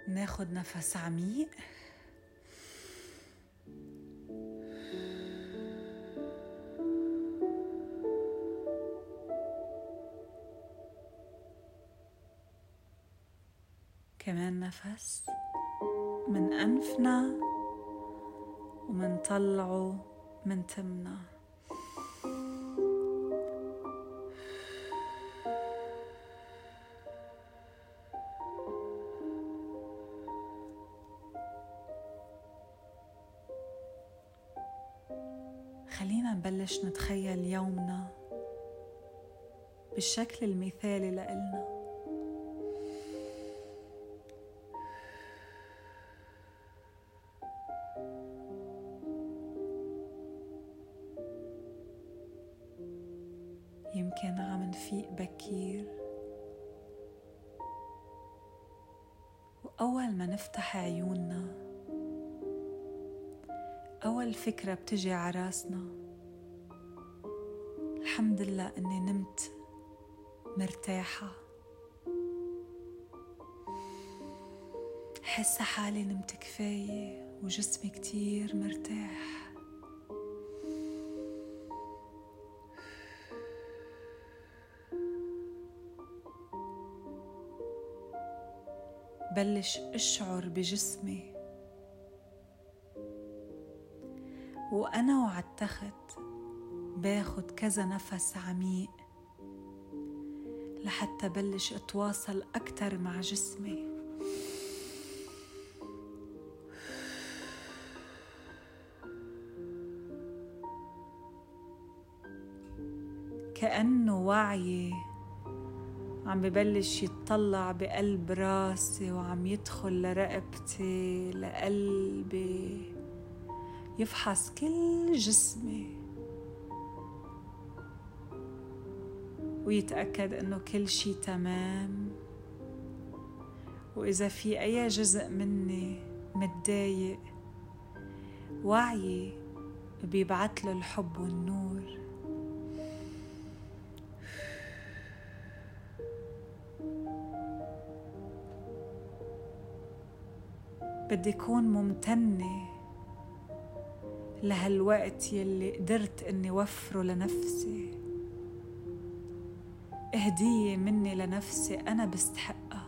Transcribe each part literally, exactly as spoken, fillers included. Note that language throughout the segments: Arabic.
ناخد نفس عميق. كمان نفس من أنفنا ومنطلعه من تمنا. خلينا نبلش نتخيل يومنا بالشكل المثالي لإلنا. يمكن عم نفيق بكير، وأول ما نفتح عيوننا أول فكرة بتجي عراسنا الحمد لله أني نمت مرتاحة، حاسة حالي نمت كفاية وجسمي كتير مرتاح. بلش أشعر بجسمي وأنا وعلى التخت باخد كذا نفس عميق لحتى بلش أتواصل أكتر مع جسمي. كأنه وعيي عم ببلش يتطلع بقلب راسي وعم يدخل لرقبتي لقلبي، يفحص كل جسمي ويتأكد إنه كل شي تمام، وإذا في أي جزء مني متضايق وعيي بيبعت له الحب والنور. بدي أكون ممتنة لهالوقت يلي قدرت إني وفره لنفسي، هدية مني لنفسي أنا بستحقها.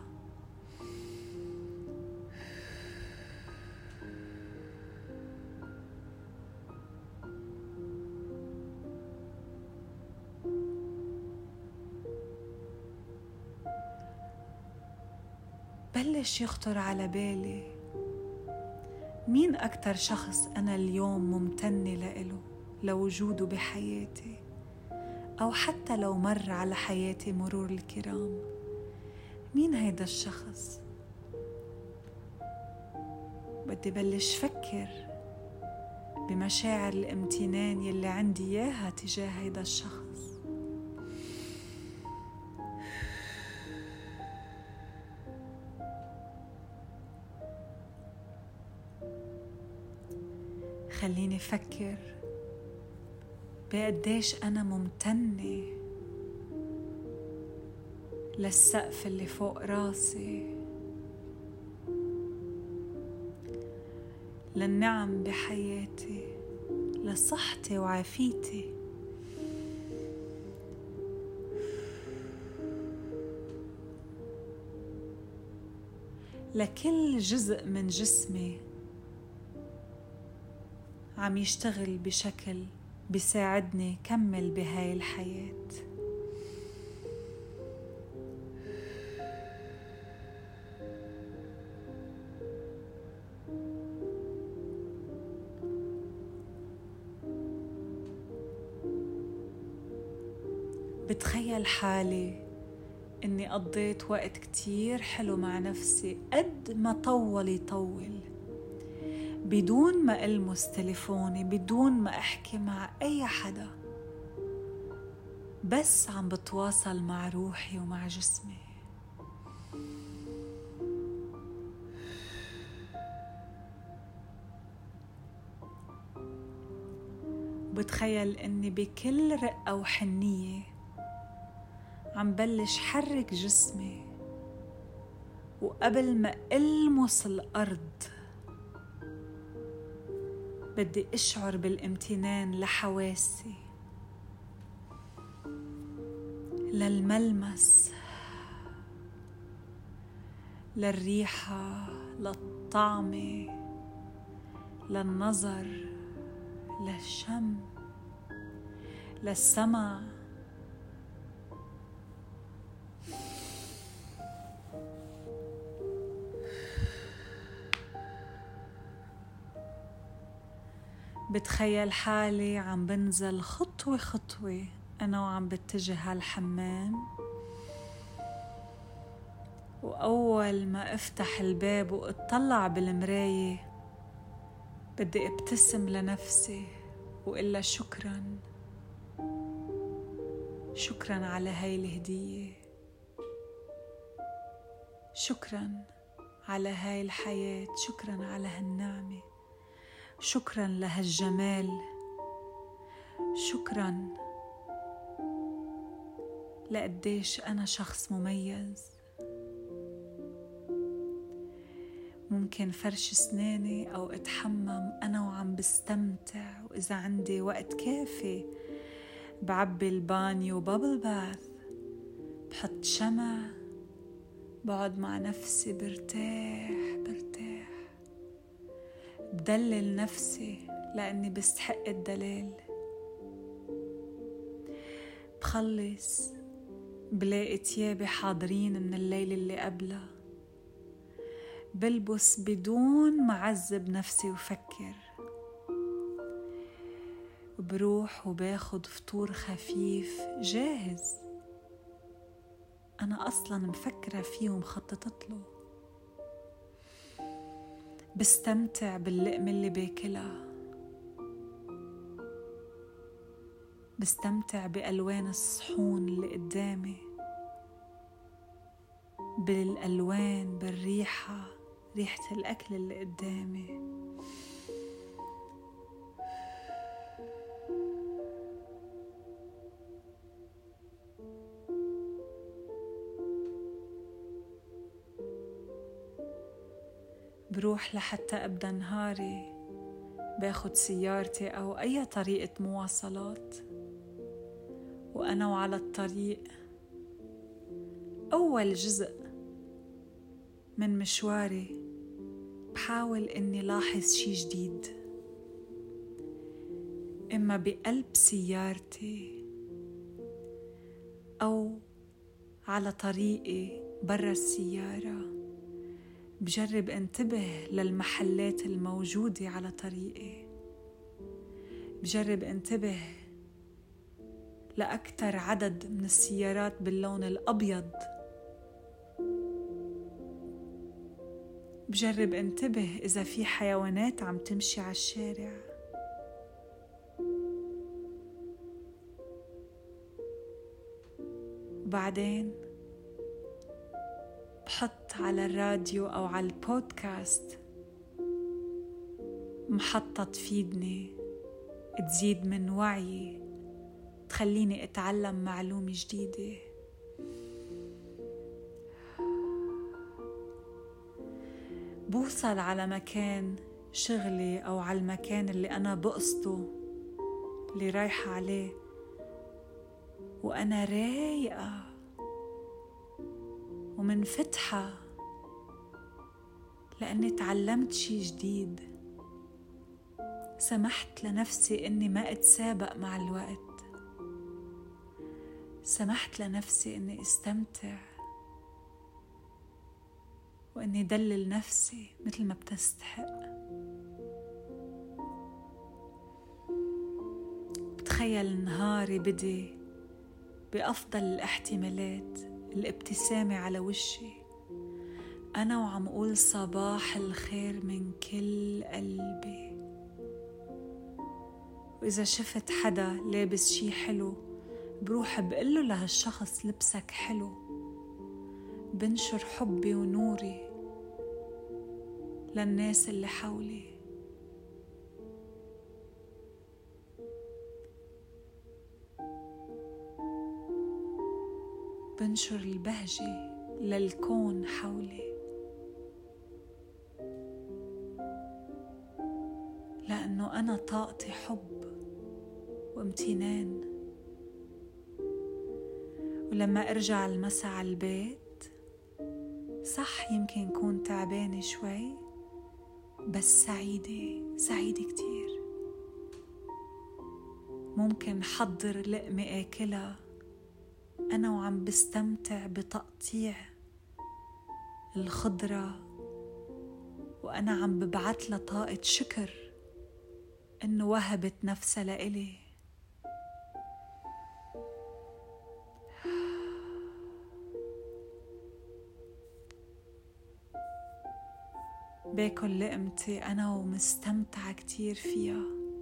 بلش يخطر على بالي مين أكتر شخص أنا اليوم ممتنة لإله لوجوده بحياتي، أو حتى لو مر على حياتي مرور الكرام. مين هيدا الشخص؟ بدي بلش فكر بمشاعر الامتنان يلي عندي إياها تجاه هيدا الشخص. خليني أفكر بقديش أنا ممتنة للسقف اللي فوق راسي، للنعم بحياتي، لصحتي وعافيتي، لكل جزء من جسمي عم يشتغل بشكل بيساعدني كمل بهاي الحياة. بتخيل حالي إني قضيت وقت كتير حلو مع نفسي، قد ما طول يطول، بدون ما ألمس تليفوني، بدون ما أحكي مع أي حدا، بس عم بتواصل مع روحي ومع جسمي. بتخيل إني بكل رقة وحنية عم بلش حرك جسمي وقبل ما ألمس الأرض بدي أشعر بالامتنان لحواسي، للملمس، للريحة، للطعم، للنظر، للشم، للسمع. بتخيل حالي عم بنزل خطوة خطوة أنا وعم بتجه على الحمام، وأول ما أفتح الباب وأطلع بالمراية بدي ابتسم لنفسي وإلا شكراً شكراً على هاي الهدية، شكراً على هاي الحياة، شكراً على هالنعمة، شكراً لهالجمال، شكراً لقديش أنا شخص مميز. ممكن فرش سناني أو أتحمم أنا وعم بستمتع، وإذا عندي وقت كافي بعبي البانيو بابل باث، بحط شمع، بقعد مع نفسي برتاح برتاح، بدلل نفسي لأني بستحق الدلال. بخلص بلاقي تيابي حاضرين من الليل اللي قبلها، بلبس بدون ما أعذب نفسي وفكر، بروح وباخد فطور خفيف جاهز أنا أصلاً مفكرة فيه ومخططت له، بستمتع باللقمة اللي باكلها، بستمتع بألوان الصحون اللي قدامي، بالألوان، بالريحة، ريحة الأكل اللي قدامي. بروح لحتى أبدأ نهاري، باخد سيارتي أو أي طريقة مواصلات، وأنا وعلى الطريق أول جزء من مشواري بحاول إني لاحظ شي جديد، إما بقلب سيارتي أو على طريقي برا السيارة. بجرب انتبه للمحلات الموجودة على طريقي، بجرب انتبه لأكثر عدد من السيارات باللون الأبيض، بجرب انتبه إذا في حيوانات عم تمشي على الشارع. وبعدين بحط على الراديو أو على البودكاست محطة تفيدني، تزيد من وعيي، تخليني أتعلم معلومة جديدة. بوصل على مكان شغلي أو على المكان اللي أنا بقصده، اللي رايحة عليه، وأنا رايقة ومنفتحة لأني تعلمت شي جديد. سمحت لنفسي إني ما أتسابق مع الوقت، سمحت لنفسي إني استمتع وإني دلل نفسي مثل ما بتستحق. بتخيل نهاري بدي بأفضل الاحتمالات، الابتسامة على وشي، أنا وعم أقول صباح الخير من كل قلبي. وإذا شفت حدا لابس شي حلو بروح بقله لهالشخص لبسك حلو، بنشر حبي ونوري للناس اللي حولي. بنشر البهجة للكون حولي. لأنه أنا طاقتي حب وامتنان. ولما أرجع المساء على البيت، صح يمكن كون تعبانة شوي، بس سعيدة سعيدة كتير. ممكن حضر لقمة آكلها أنا وعم بستمتع بتقطيع الخضرة، وأنا عم ببعت لها طاقة شكر إنه وهبت نفسها لإلي. باكل لقمتي أنا ومستمتعة كتير فيها.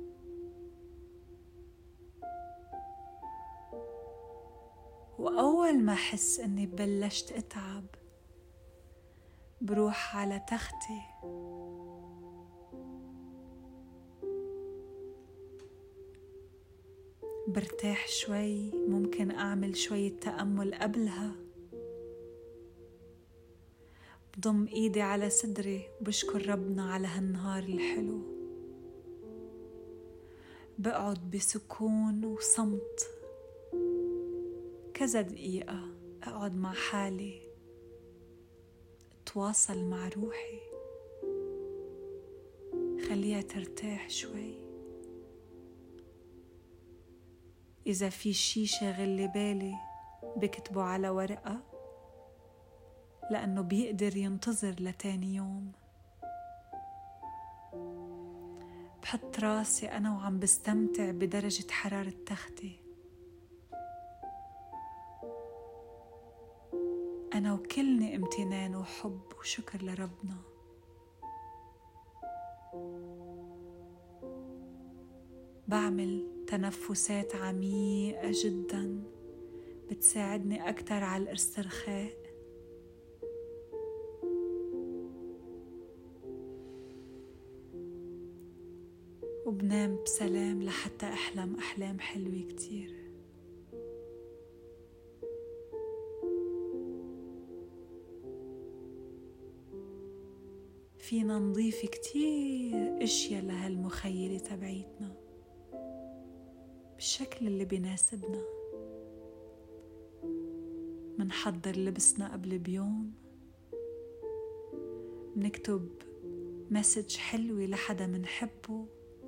وأول ما أحس إني بلشت أتعب، بروح على تختي برتاح شوي. ممكن أعمل شوية تأمل قبلها، بضم إيدي على صدري وبشكر ربنا على هالنهار الحلو. بقعد بسكون وصمت كذا دقيقة، أقعد مع حالي، أتواصل مع روحي، خليها ترتاح شوي. إذا في شي شاغل بالي بكتبه على ورقة، لأنه بيقدر ينتظر لتاني يوم. بحط راسي أنا وعم بستمتع بدرجة حرارة تختي، أنا وكلني امتنان وحب وشكر لربنا. بعمل تنفسات عميقة جدا بتساعدني أكتر على الاسترخاء. وبنام بسلام لحتى أحلم أحلام حلوة كتير. فينا نضيف كتير اشياء لهالمخيلة تبعيتنا بالشكل اللي بيناسبنا. منحضر لبسنا قبل بيوم، منكتب مسج حلوة لحدا منحبه،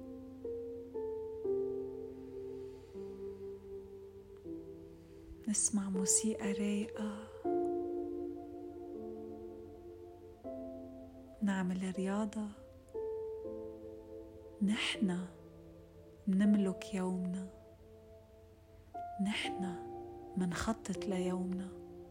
نسمع موسيقى رايقة، نعمل رياضة. نحن منملك يومنا، نحن منخطط ليومنا.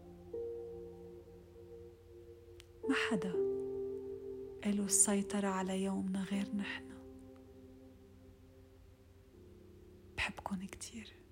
ما حدا له السيطرة على يومنا غير نحن. بحبكن كتير.